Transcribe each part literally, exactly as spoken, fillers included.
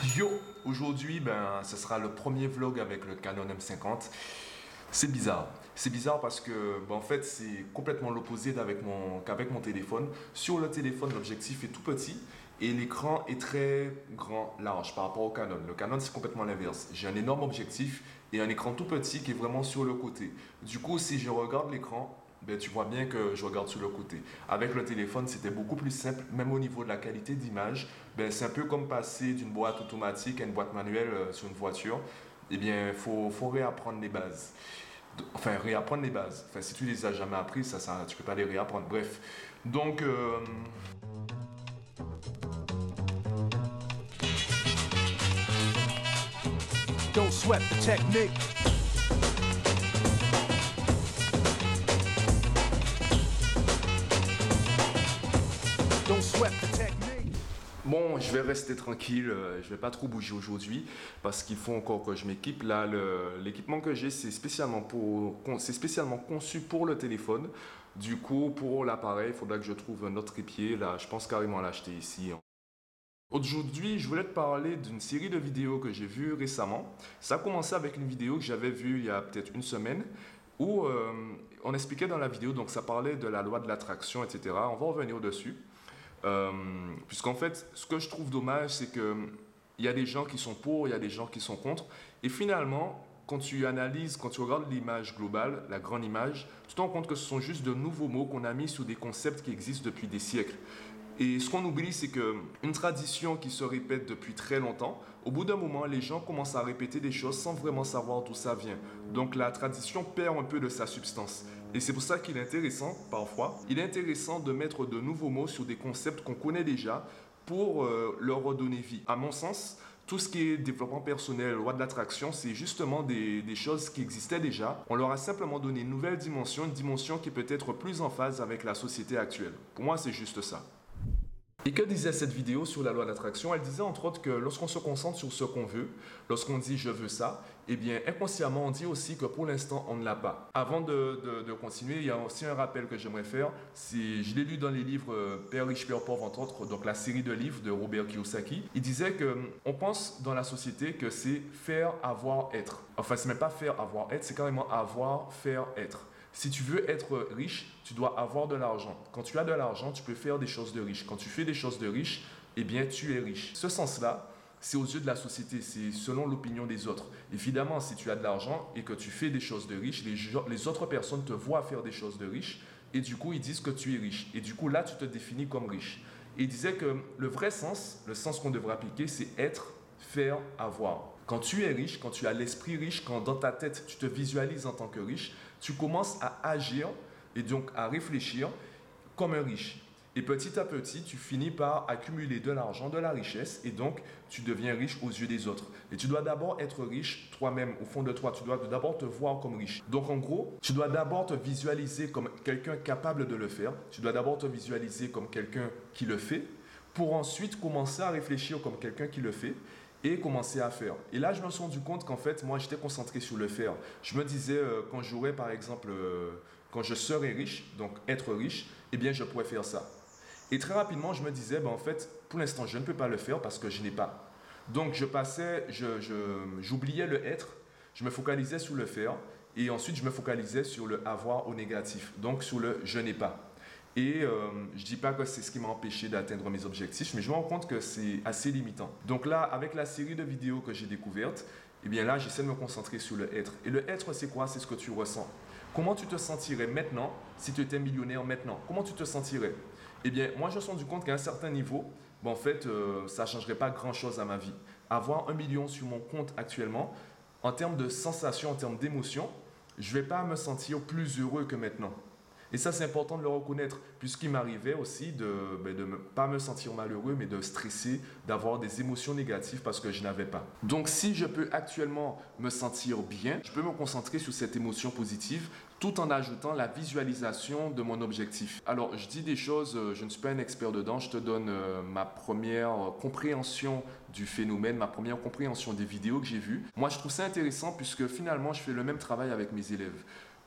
Yo, aujourd'hui, ben, ce sera le premier vlog avec le Canon M cinquante. C'est bizarre. C'est bizarre parce que, ben, en fait, c'est complètement l'opposé d'avec mon, qu'avec mon téléphone. Sur le téléphone, l'objectif est tout petit et l'écran est très grand, large par rapport au Canon. Le Canon, c'est complètement l'inverse. J'ai un énorme objectif et un écran tout petit qui est vraiment sur le côté. Du coup, si je regarde l'écran, ben, tu vois bien que je regarde sur le côté. Avec le téléphone, c'était beaucoup plus simple, même au niveau de la qualité d'image. Ben, c'est un peu comme passer d'une boîte automatique à une boîte manuelle euh, sur une voiture. Eh bien, il faut, faut réapprendre les bases. Enfin, réapprendre les bases. Enfin, si tu les as jamais appris, ça, ça, tu peux pas les réapprendre. Bref. Donc, euh, Don't sweat the technique. Don't sweat the technique. bon, je vais rester tranquille. euh, Je vais pas trop bouger aujourd'hui parce qu'il faut encore que je m'équipe. Là, le- l'équipement que j'ai, c'est spécialement pour, con- c'est spécialement conçu pour le téléphone. Du coup, pour l'appareil, il faudra que je trouve un autre trépied. Là, je pense carrément l'acheter ici. Aujourd'hui, je voulais te parler d'une série de vidéos que j'ai vues récemment. Ça a commencé avec une vidéo que j'avais vue il y a peut-être une semaine où euh, on expliquait dans la vidéo, donc ça parlait de la loi de l'attraction, et cetera. On va revenir dessus. Euh, Puisqu'en fait, ce que je trouve dommage, c'est que il y a des gens qui sont pour, il y a des gens qui sont contre. Et finalement, quand tu analyses, quand tu regardes l'image globale, la grande image, tu te rends compte que ce sont juste de nouveaux mots qu'on a mis sur des concepts qui existent depuis des siècles. Et ce qu'on oublie, c'est qu'une tradition qui se répète depuis très longtemps, au bout d'un moment, les gens commencent à répéter des choses sans vraiment savoir d'où ça vient. Donc la tradition perd un peu de sa substance. Et c'est pour ça qu'il est intéressant, parfois, il est intéressant de mettre de nouveaux mots sur des concepts qu'on connaît déjà pour euh, leur redonner vie. À mon sens, tout ce qui est développement personnel, loi de l'attraction, c'est justement des, des choses qui existaient déjà. On leur a simplement donné une nouvelle dimension, une dimension qui peut être plus en phase avec la société actuelle. Pour moi, c'est juste ça. Et que disait cette vidéo sur la loi d'attraction? Elle disait entre autres que lorsqu'on se concentre sur ce qu'on veut, lorsqu'on dit je veux ça, eh bien inconsciemment on dit aussi que pour l'instant on ne l'a pas. Avant de, de- de continuer, il y a aussi un rappel que j'aimerais faire. C'est, je l'ai lu dans les livres euh, Père riche, Père pauvre entre autres, donc la série de livres de Robert Kiyosaki. Il disait que hum, on pense dans la société que c'est faire, avoir, être. Enfin c'est même pas faire, avoir, être, c'est carrément avoir, faire, être. Si tu veux être riche, tu dois avoir de l'argent. Quand tu as de l'argent, tu peux faire des choses de riches. Quand tu fais des choses de riches, eh bien, tu es riche. Ce sens-là, c'est aux yeux de la société, c'est selon l'opinion des autres. Évidemment, si tu as de l'argent et que tu fais des choses de riches, les, les autres personnes te voient faire des choses de riches et du coup, ils disent que tu es riche. Et du coup, là, tu te définis comme riche. Et il disait que le vrai sens, le sens qu'on devrait appliquer, c'est être, faire, avoir. Quand tu es riche, quand tu as l'esprit riche, quand dans ta tête tu te visualises en tant que riche, tu commences à agir et donc à réfléchir comme un riche. Et petit à petit, tu finis par accumuler de l'argent, de la richesse, et donc tu deviens riche aux yeux des autres. Et tu dois d'abord être riche toi-même, au fond de toi. Tu dois d'abord te voir comme riche. Donc en gros, tu dois d'abord te visualiser comme quelqu'un capable de le faire. Tu dois d'abord te visualiser comme quelqu'un qui le fait, pour ensuite commencer à réfléchir comme quelqu'un qui le fait et commencer à faire. Et là, je me suis rendu compte qu'en fait, moi, j'étais concentré sur le faire. Je me disais, euh, quand j'aurais, par exemple, euh, quand je serais riche, donc être riche, eh bien, je pourrais faire ça. Et très rapidement, je me disais, ben, en fait, pour l'instant, je ne peux pas le faire parce que je n'ai pas. Donc, je passais, je, je- j'oubliais le être, je me focalisais sur le faire, et ensuite, je me focalisais sur le avoir au négatif, donc sur le je n'ai pas. Et euh, je ne dis pas que c'est ce qui m'a empêché d'atteindre mes objectifs, mais je me rends compte que c'est assez limitant. Donc là, avec la série de vidéos que j'ai découvertes, eh bien là, j'essaie de me concentrer sur le être. Et le être, c'est quoi? C'est ce que tu ressens. Comment tu te sentirais maintenant si tu étais millionnaire maintenant? Comment tu te sentirais? Eh bien, moi, je me suis rendu compte qu'à un certain niveau, ben, en fait, euh, ça ne changerait pas grand-chose à ma vie. Avoir un million sur mon compte actuellement, en termes de sensations, en termes d'émotions, je ne vais pas me sentir plus heureux que maintenant. Et ça, c'est important de le reconnaître, puisqu'il m'arrivait aussi de ben, de ne pas me sentir malheureux, mais de stresser, d'avoir des émotions négatives parce que je n'avais pas. Donc, si je peux actuellement me sentir bien, je peux me concentrer sur cette émotion positive tout en ajoutant la visualisation de mon objectif. Alors, je dis des choses, euh, je ne suis pas un expert dedans, je te donne euh, ma première euh, compréhension du phénomène, ma première compréhension des vidéos que j'ai vues. Moi, je trouve ça intéressant puisque finalement, je fais le même travail avec mes élèves.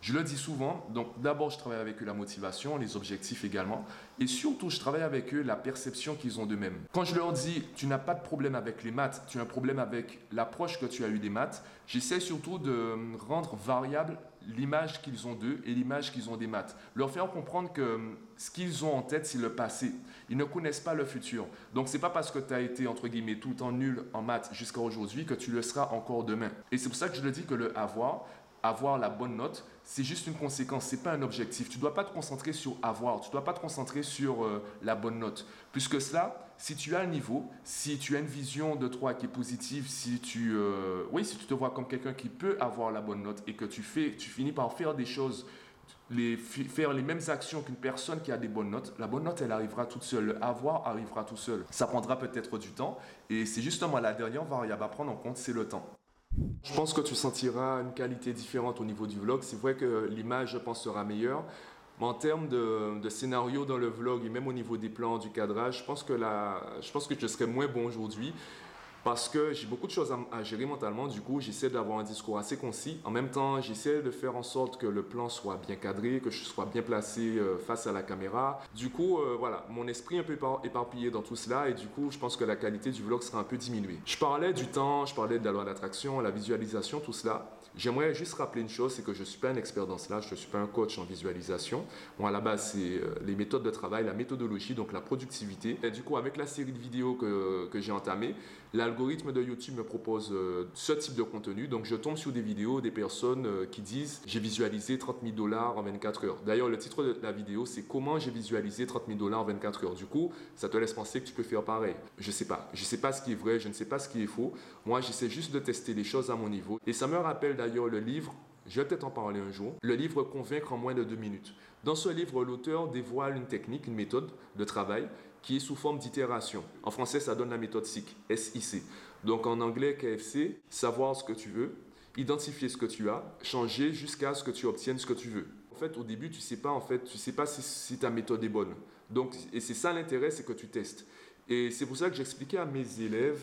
Je le dis souvent, donc d'abord je travaille avec eux la motivation, les objectifs également, et surtout je travaille avec eux la perception qu'ils ont d'eux-mêmes. Quand je leur dis tu n'as pas de problème avec les maths, tu as un problème avec l'approche que tu as eue des maths, j'essaie surtout de rendre variable l'image qu'ils ont d'eux et l'image qu'ils ont des maths. Leur faire comprendre que ce qu'ils ont en tête, c'est le passé. Ils ne connaissent pas le futur. Donc, ce n'est pas parce que tu as été, entre guillemets, tout le temps nul en maths jusqu'à aujourd'hui que tu le seras encore demain. Et c'est pour ça que je le dis que le avoir, avoir la bonne note, c'est juste une conséquence, ce n'est pas un objectif. Tu ne dois pas te concentrer sur avoir, tu ne dois pas te concentrer sur euh, la bonne note. Plus que cela, si tu as un niveau, si tu as une vision de toi qui est positive, si tu, euh, oui, si tu te vois comme quelqu'un qui peut avoir la bonne note et que tu, fais, tu finis par faire des choses, les, faire les mêmes actions qu'une personne qui a des bonnes notes, la bonne note, elle arrivera toute seule. Le avoir arrivera tout seul. Ça prendra peut-être du temps et c'est justement la dernière variable à prendre en compte, c'est le temps. Je pense que tu sentiras une qualité différente au niveau du vlog. C'est vrai que l'image, je pense, sera meilleure. Mais en termes de, de scénario dans le vlog et même au niveau des plans, du cadrage, je pense que, la, je, pense que je serai moins bon aujourd'hui parce que j'ai beaucoup de choses à, à gérer mentalement. Du coup, j'essaie d'avoir un discours assez concis. En même temps, j'essaie de faire en sorte que le plan soit bien cadré, que je sois bien placé euh, face à la caméra. Du coup, euh, voilà, mon esprit est un peu éparpillé dans tout cela et du coup, je pense que la qualité du vlog sera un peu diminuée. Je parlais du temps, je parlais de la loi d'attraction, la visualisation, tout cela. J'aimerais juste rappeler une chose, c'est que je ne suis pas un expert dans cela, je ne suis pas un coach en visualisation. Bon, à la base, c'est euh, les méthodes de travail, la méthodologie, donc la productivité. Et du coup, avec la série de vidéos que, que j'ai entamée, l'algorithme de YouTube me propose euh, ce type de contenu. Donc, je tombe sur des vidéos des personnes euh, qui disent « J'ai visualisé trente mille dollars en vingt-quatre heures ». D'ailleurs, le titre de la vidéo, c'est « Comment j'ai visualisé trente mille dollars en vingt-quatre heures ». Du coup, ça te laisse penser que tu peux faire pareil. Je ne sais pas. Je ne sais pas ce qui est vrai, je ne sais pas ce qui est faux. Moi, j'essaie juste de tester les choses à mon niveau. Et ça me rappelle d'ailleurs le livre, je vais peut-être en parler un jour, le livre « Convaincre en moins de deux minutes ». Dans ce livre, l'auteur dévoile une technique, une méthode de travail qui est sous forme d'itération. En français, ça donne la méthode S I C, S I C. Donc en anglais, K F C, savoir ce que tu veux, identifier ce que tu as, changer jusqu'à ce que tu obtiennes ce que tu veux. En fait, au début, tu ne sais pas, en fait, tu sais pas si, si ta méthode est bonne. Donc, et c'est ça l'intérêt, c'est que tu testes. Et c'est pour ça que j'expliquais à mes élèves,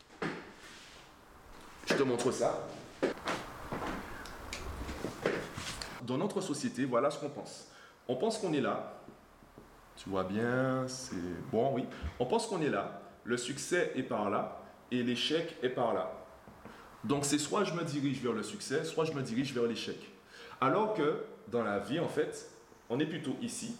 je te montre ça. Dans notre société, voilà ce qu'on pense. On pense qu'on est là. Tu vois bien, c'est bon, oui. On pense qu'on est là. Le succès est par là et l'échec est par là. Donc, c'est soit je me dirige vers le succès, soit je me dirige vers l'échec. Alors que dans la vie, en fait, on est plutôt ici.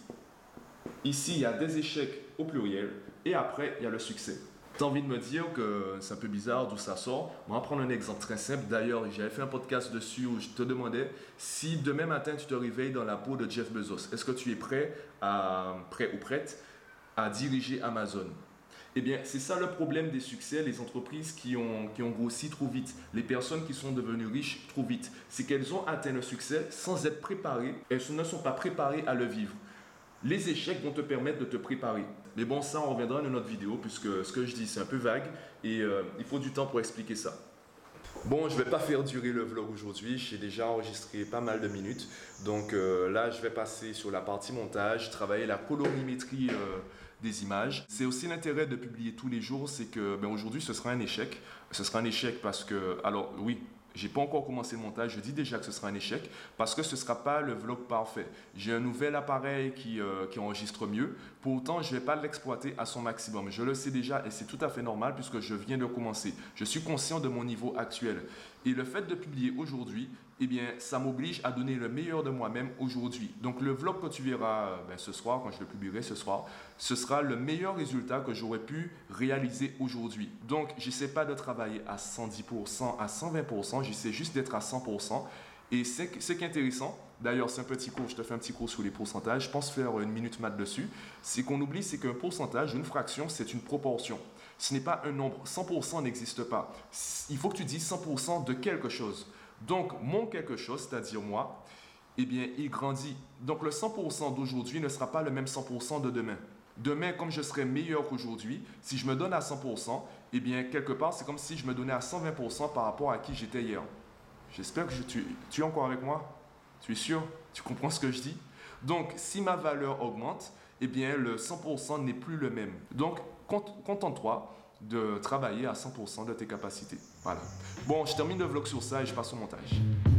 Ici, il y a des échecs au pluriel et après, il y a le succès. Tu as envie de me dire que c'est un peu bizarre d'où ça sort. On va prendre un exemple très simple. D'ailleurs, j'avais fait un podcast dessus où je te demandais si demain matin tu te réveilles dans la peau de Jeff Bezos, est-ce que tu es prêt, à, prêt ou prête à diriger Amazon? Eh bien, c'est ça le problème des succès, les entreprises qui ont, qui ont grossi trop vite, les personnes qui sont devenues riches trop vite. C'est qu'elles ont atteint le succès sans être préparées. Elles ne sont pas préparées à le vivre. Les échecs vont te permettre de te préparer. Mais bon, ça, on reviendra dans notre vidéo puisque ce que je dis, c'est un peu vague et euh, il faut du temps pour expliquer ça. Bon, je ne vais pas faire durer le vlog aujourd'hui. J'ai déjà enregistré pas mal de minutes. Donc euh, là, je vais passer sur la partie montage, travailler la colorimétrie euh, des images. C'est aussi l'intérêt de publier tous les jours, c'est que ben, aujourd'hui, ce sera un échec. Ce sera un échec parce que, alors oui, j'ai pas encore commencé le montage, je dis déjà que ce sera un échec parce que ce ne sera pas le vlog parfait. J'ai un nouvel appareil qui, euh, qui enregistre mieux, pour autant je ne vais pas l'exploiter à son maximum. Je le sais déjà et c'est tout à fait normal puisque je viens de commencer. Je suis conscient de mon niveau actuel. Et le fait de publier aujourd'hui, eh bien, ça m'oblige à donner le meilleur de moi-même aujourd'hui. Donc le vlog que tu verras ben, ce soir, quand je le publierai ce soir, ce sera le meilleur résultat que j'aurais pu réaliser aujourd'hui. Donc j'essaie pas de travailler à cent dix pour cent, à cent vingt pour cent, j'essaie juste d'être à cent pour cent. Et ce qui est intéressant, d'ailleurs c'est un petit cours, je te fais un petit cours sur les pourcentages, je pense faire une minute maths dessus, c'est qu'on oublie, c'est qu'un pourcentage, une fraction, c'est une proportion. Ce n'est pas un nombre, cent pour cent n'existe pas. Il faut que tu dises cent pour cent de quelque chose. Donc mon quelque chose, c'est-à-dire moi, eh bien il grandit. Donc le cent pour cent d'aujourd'hui ne sera pas le même cent pour cent de demain. Demain, comme je serai meilleur qu'aujourd'hui, si je me donne à cent pour cent, eh bien quelque part c'est comme si je me donnais à cent vingt pour cent par rapport à qui j'étais hier. J'espère que je, tu, tu es encore avec moi? Tu es sûr? Tu comprends ce que je dis? Donc, si ma valeur augmente, eh bien, le cent pour cent n'est plus le même. Donc, contente-toi de travailler à cent pour cent de tes capacités. Voilà. Bon, je termine le vlog sur ça et je passe au montage.